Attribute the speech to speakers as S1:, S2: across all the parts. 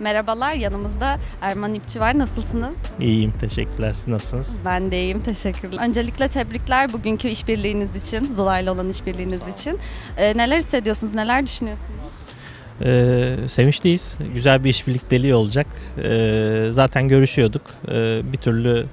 S1: Merhabalar, yanımızda Erman İpçi var. Nasılsınız?
S2: İyiyim, teşekkürler. Siz nasılsınız?
S1: Ben de iyiyim, teşekkürler. Öncelikle tebrikler bugünkü işbirliğiniz için, Zula'yla olan işbirliğiniz için. Neler hissediyorsunuz, neler düşünüyorsunuz?
S2: Sevinçliyiz. Güzel bir iş birlikteliği olacak. Zaten görüşüyorduk. Bir türlü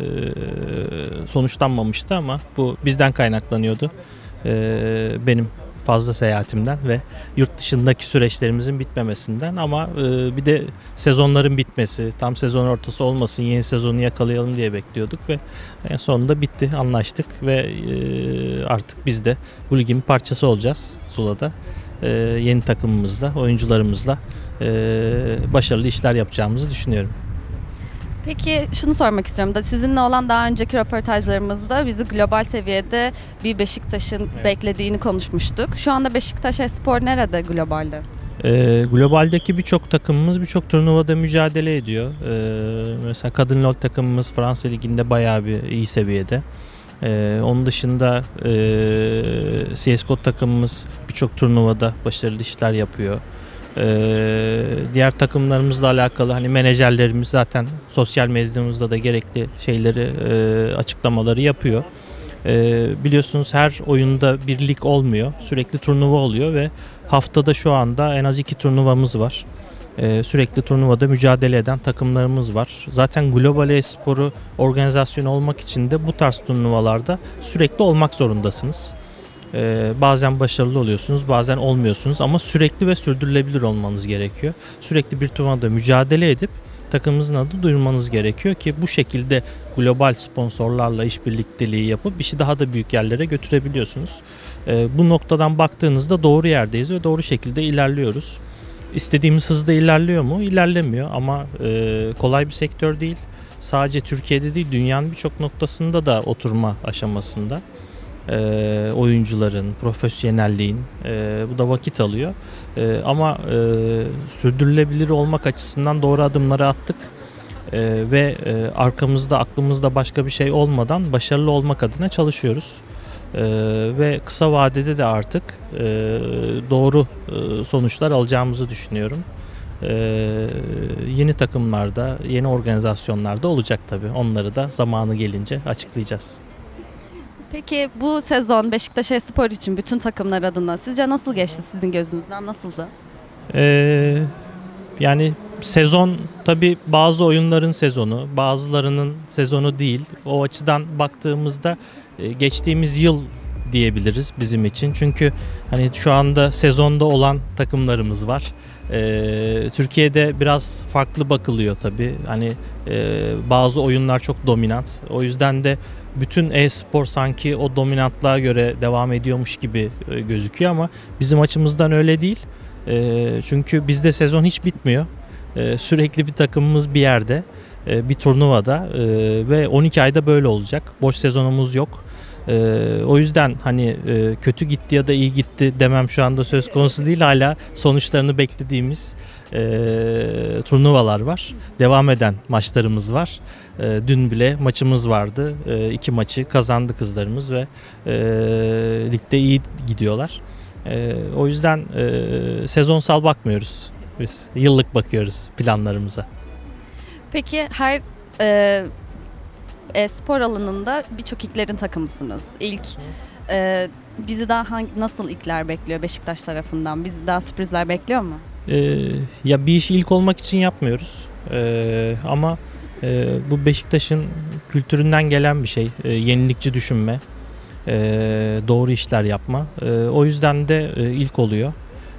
S2: sonuçlanmamıştı ama bu bizden kaynaklanıyordu. Benim fazla seyahatimden ve yurt dışındaki süreçlerimizin bitmemesinden ama bir de sezonların bitmesi, tam sezon ortası olmasın, yeni sezonu yakalayalım diye bekliyorduk ve en sonunda bitti, anlaştık ve artık biz de bu ligin bir parçası olacağız Zula'da. Yeni takımımızla, oyuncularımızla başarılı işler yapacağımızı düşünüyorum.
S1: Peki şunu sormak istiyorum da sizinle olan daha önceki röportajlarımızda bizi global seviyede bir Beşiktaş'ın beklediğini konuşmuştuk. Şu anda Beşiktaş Espor nerede globalde?
S2: Globaldeki birçok takımımız birçok turnuvada mücadele ediyor. Mesela kadın LoL takımımız Fransa Ligi'nde bayağı bir iyi seviyede. Onun dışında CSGO takımımız birçok turnuvada başarılı işler yapıyor. Diğer takımlarımızla alakalı hani menajerlerimiz zaten sosyal medyamızda da gerekli şeyleri açıklamaları yapıyor. Biliyorsunuz her oyunda bir lig olmuyor. Sürekli turnuva oluyor ve haftada şu anda en az 2 turnuvamız var. Sürekli turnuvada mücadele eden takımlarımız var. Zaten global e-sporu organizasyon olmak için de bu tarz turnuvalarda sürekli olmak zorundasınız. Bazen başarılı oluyorsunuz, bazen olmuyorsunuz ama sürekli ve sürdürülebilir olmanız gerekiyor. Sürekli bir turnuvada mücadele edip takımınızın adını duyurmanız gerekiyor ki bu şekilde global sponsorlarla işbirlikteliği yapıp işi daha da büyük yerlere götürebiliyorsunuz. Bu noktadan baktığınızda doğru yerdeyiz ve doğru şekilde ilerliyoruz. İstediğimiz hızda ilerliyor mu? İlerlemiyor ama kolay bir sektör değil. Sadece Türkiye'de değil, dünyanın birçok noktasında da oturma aşamasında. Oyuncuların, profesyonelliğin bu da vakit alıyor. Ama sürdürülebilir olmak açısından doğru adımları attık. Ve arkamızda, aklımızda başka bir şey olmadan başarılı olmak adına çalışıyoruz. Ve kısa vadede de artık doğru sonuçlar alacağımızı düşünüyorum. Yeni takımlarda, yeni organizasyonlarda olacak tabii. Onları da zamanı gelince açıklayacağız.
S1: Peki bu sezon Beşiktaş Espor için bütün takımlar adına sizce nasıl geçti, sizin gözünüzden nasıldı?
S2: Yani sezon tabii bazı oyunların sezonu, bazılarının sezonu değil. O açıdan baktığımızda geçtiğimiz yıl diyebiliriz bizim için. Çünkü hani şu anda sezonda olan takımlarımız var. Türkiye'de biraz farklı bakılıyor tabii. Hani bazı oyunlar çok dominant. O yüzden de bütün e-spor sanki o dominantlığa göre devam ediyormuş gibi gözüküyor ama bizim açımızdan öyle değil. Çünkü bizde sezon hiç bitmiyor. Sürekli bir takımımız bir yerde, bir turnuvada ve 12 ayda böyle olacak. Boş sezonumuz yok. O yüzden hani kötü gitti ya da iyi gitti demem şu anda söz konusu değil. Hala sonuçlarını beklediğimiz turnuvalar var. Devam eden maçlarımız var. Dün bile maçımız vardı. 2 maçı kazandı kızlarımız ve ligde iyi gidiyorlar. O yüzden sezonsal bakmıyoruz. Biz yıllık bakıyoruz planlarımıza.
S1: Peki her spor alanında birçok ilklerin takımısınız. İlk bizi daha nasıl ilkler bekliyor Beşiktaş tarafından? Bizi daha sürprizler bekliyor mu?
S2: Ya bir işi ilk olmak için yapmıyoruz. Ama bu Beşiktaş'ın kültüründen gelen bir şey. Yenilikçi düşünme, doğru işler yapma. O yüzden de ilk oluyor.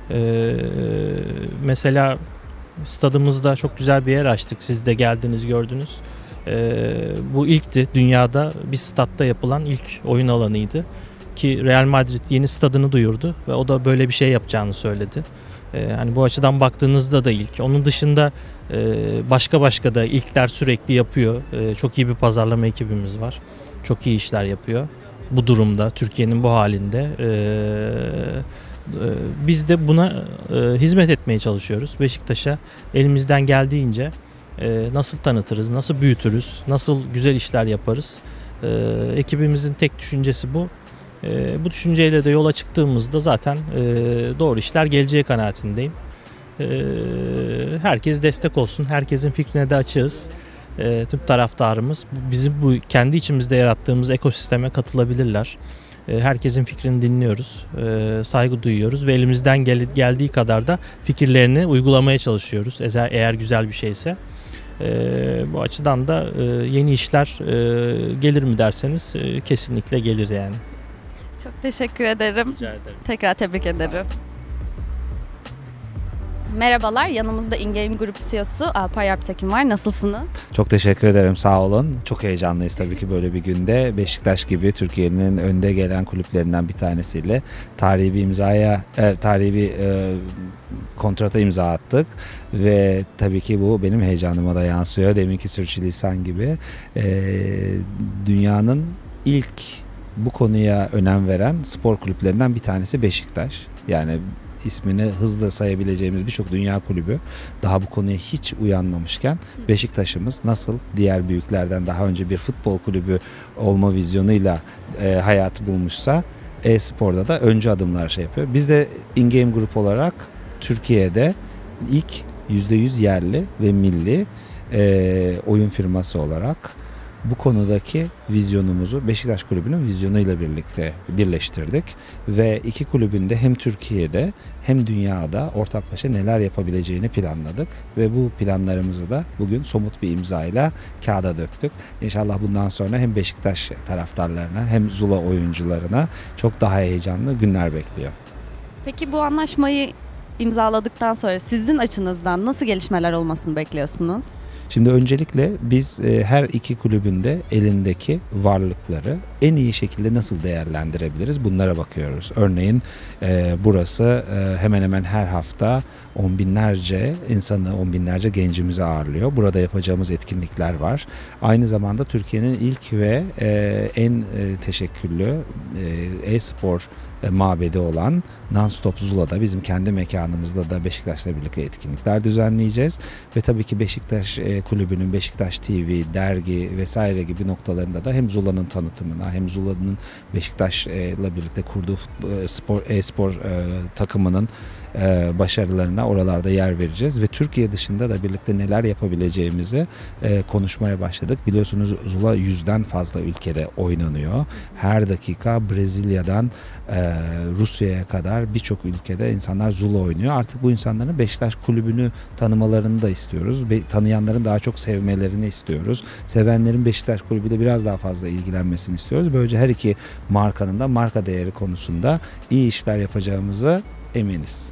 S2: Mesela stadımızda çok güzel bir yer açtık. Siz de geldiniz, gördünüz. Bu ilkti. Dünyada bir statta yapılan ilk oyun alanıydı. Ki Real Madrid yeni stadını duyurdu ve o da böyle bir şey yapacağını söyledi. Hani bu açıdan baktığınızda da ilk. Onun dışında başka da ilkler sürekli yapıyor. Çok iyi bir pazarlama ekibimiz var. Çok iyi işler yapıyor. Bu durumda, Türkiye'nin bu halinde biz de buna hizmet etmeye çalışıyoruz. Beşiktaş'a elimizden geldiğince nasıl tanıtırız, nasıl büyütürüz, nasıl güzel işler yaparız. Ekibimizin tek düşüncesi bu. Bu düşünceyle de yola çıktığımızda zaten doğru işler geleceği kanaatindeyim. Herkes destek olsun. Herkesin fikrine de açığız. Tüm taraftarımız bizim bu kendi içimizde yarattığımız ekosisteme katılabilirler. Herkesin fikrini dinliyoruz, saygı duyuyoruz ve elimizden geldiği kadar da fikirlerini uygulamaya çalışıyoruz. Eğer güzel bir şeyse. Bu açıdan da yeni işler gelir mi derseniz kesinlikle gelir yani.
S1: Çok teşekkür ederim.
S2: Rica ederim.
S1: Tekrar tebrik ederim. Merhabalar, yanımızda InGame Grup CEO'su Alpay Alptekin var. Nasılsınız?
S3: Çok teşekkür ederim, sağ olun. Çok heyecanlıyız tabii ki böyle bir günde. Beşiktaş gibi Türkiye'nin önde gelen kulüplerinden bir tanesiyle tarihi bir kontrata imza attık. Ve tabii ki bu benim heyecanıma da yansıyor. Deminki sürçülisan gibi. Dünyanın ilk bu konuya önem veren spor kulüplerinden bir tanesi Beşiktaş. Yani ismini hızla sayabileceğimiz birçok dünya kulübü daha bu konuya hiç uyanmamışken Beşiktaş'ımız nasıl diğer büyüklerden daha önce bir futbol kulübü olma vizyonuyla hayatı bulmuşsa e-sporda da öncü adımlar yapıyor. Biz de InGame Grup olarak Türkiye'de ilk %100 yerli ve milli oyun firması olarak bu konudaki vizyonumuzu Beşiktaş Kulübü'nün vizyonuyla birlikte birleştirdik ve iki kulübün de hem Türkiye'de hem dünyada ortaklaşa neler yapabileceğini planladık ve bu planlarımızı da bugün somut bir imzayla kağıda döktük. İnşallah bundan sonra hem Beşiktaş taraftarlarına hem Zula oyuncularına çok daha heyecanlı günler bekliyor.
S1: Peki bu anlaşmayı imzaladıktan sonra sizin açınızdan nasıl gelişmeler olmasını bekliyorsunuz?
S3: Şimdi öncelikle biz her iki kulübün de elindeki varlıkları en iyi şekilde nasıl değerlendirebiliriz bunlara bakıyoruz. Örneğin burası hemen hemen her hafta on binlerce gencimizi ağırlıyor. Burada yapacağımız etkinlikler var. Aynı zamanda Türkiye'nin ilk ve en teşekküllü e-spor mabedi olan Non-Stop Zula'da bizim kendi mekanımızda da Beşiktaş'la birlikte etkinlikler düzenleyeceğiz. Ve tabii ki Beşiktaş Kulübü'nün Beşiktaş TV, dergi vesaire gibi noktalarında da hem Zula'nın tanıtımına hem Zula'nın Beşiktaş'la birlikte kurduğu e-spor takımının başarılarına oralarda yer vereceğiz ve Türkiye dışında da birlikte neler yapabileceğimizi konuşmaya başladık. Biliyorsunuz Zula 100'den fazla ülkede oynanıyor. Her dakika Brezilya'dan Rusya'ya kadar birçok ülkede insanlar Zula oynuyor. Artık bu insanların Beşiktaş kulübünü tanımalarını da istiyoruz. Tanıyanların daha çok sevmelerini istiyoruz. Sevenlerin Beşiktaş kulübüyle biraz daha fazla ilgilenmesini istiyoruz. Böylece her iki markanın da marka değeri konusunda iyi işler yapacağımızı eminiz.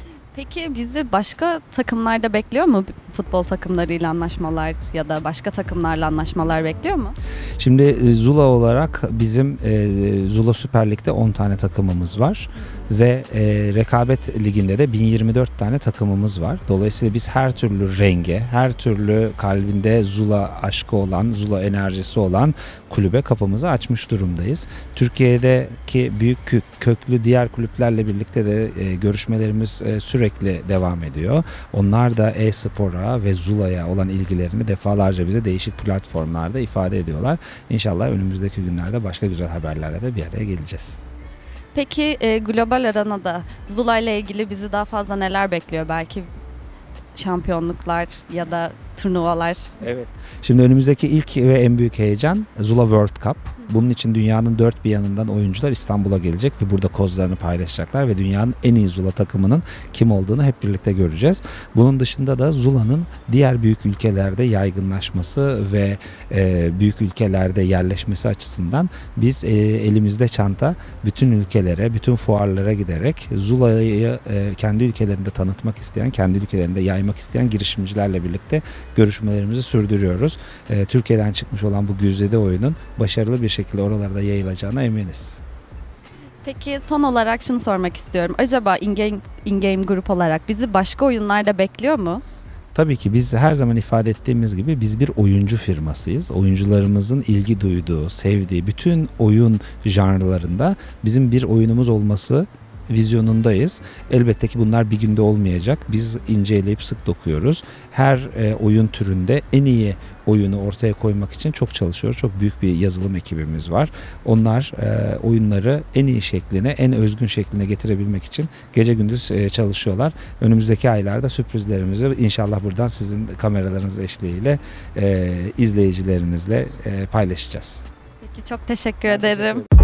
S1: Peki bizi başka takımlarda bekliyor mu? Futbol takımlarıyla anlaşmalar ya da başka takımlarla anlaşmalar bekliyor mu?
S3: Şimdi Zula olarak bizim Zula Süper Lig'de 10 tane takımımız var ve rekabet liginde de 1024 tane takımımız var. Dolayısıyla biz her türlü renge, her türlü kalbinde Zula aşkı olan, Zula enerjisi olan kulübe kapımızı açmış durumdayız. Türkiye'deki büyük köklü diğer kulüplerle birlikte de görüşmelerimiz sürekli devam ediyor. Onlar da e-spora ve Zula'ya olan ilgilerini defalarca bize değişik platformlarda ifade ediyorlar. İnşallah önümüzdeki günlerde başka güzel haberlerle de bir araya geleceğiz.
S1: Peki global arenada Zula ile ilgili bizi daha fazla neler bekliyor? Belki şampiyonluklar ya da turnuvalar.
S3: Evet. Şimdi önümüzdeki ilk ve en büyük heyecan Zula World Cup. Bunun için dünyanın dört bir yanından oyuncular İstanbul'a gelecek ve burada kozlarını paylaşacaklar ve dünyanın en iyi Zula takımının kim olduğunu hep birlikte göreceğiz. Bunun dışında da Zula'nın diğer büyük ülkelerde yaygınlaşması ve büyük ülkelerde yerleşmesi açısından biz elimizde çanta bütün ülkelere, bütün fuarlara giderek Zula'yı kendi ülkelerinde tanıtmak isteyen, kendi ülkelerinde yaymak isteyen girişimcilerle birlikte görüşmelerimizi sürdürüyoruz. Türkiye'den çıkmış olan bu güzide oyunun başarılı bir şekilde oralarda yayılacağına eminiz.
S1: Peki son olarak şunu sormak istiyorum. Acaba InGame Grup olarak bizi başka oyunlarda bekliyor mu?
S3: Tabii ki biz her zaman ifade ettiğimiz gibi biz bir oyuncu firmasıyız. Oyuncularımızın ilgi duyduğu, sevdiği bütün oyun janrlarında bizim bir oyunumuz olması vizyonundayız. Elbette ki bunlar bir günde olmayacak. Biz ince eleyip sık dokuyoruz. Her oyun türünde en iyi oyunu ortaya koymak için çok çalışıyoruz. Çok büyük bir yazılım ekibimiz var. Onlar oyunları en iyi şekline, en özgün şekline getirebilmek için gece gündüz çalışıyorlar. Önümüzdeki aylarda sürprizlerimizi inşallah buradan sizin kameralarınız eşliğiyle izleyicilerinizle paylaşacağız.
S1: Peki çok teşekkür ederim.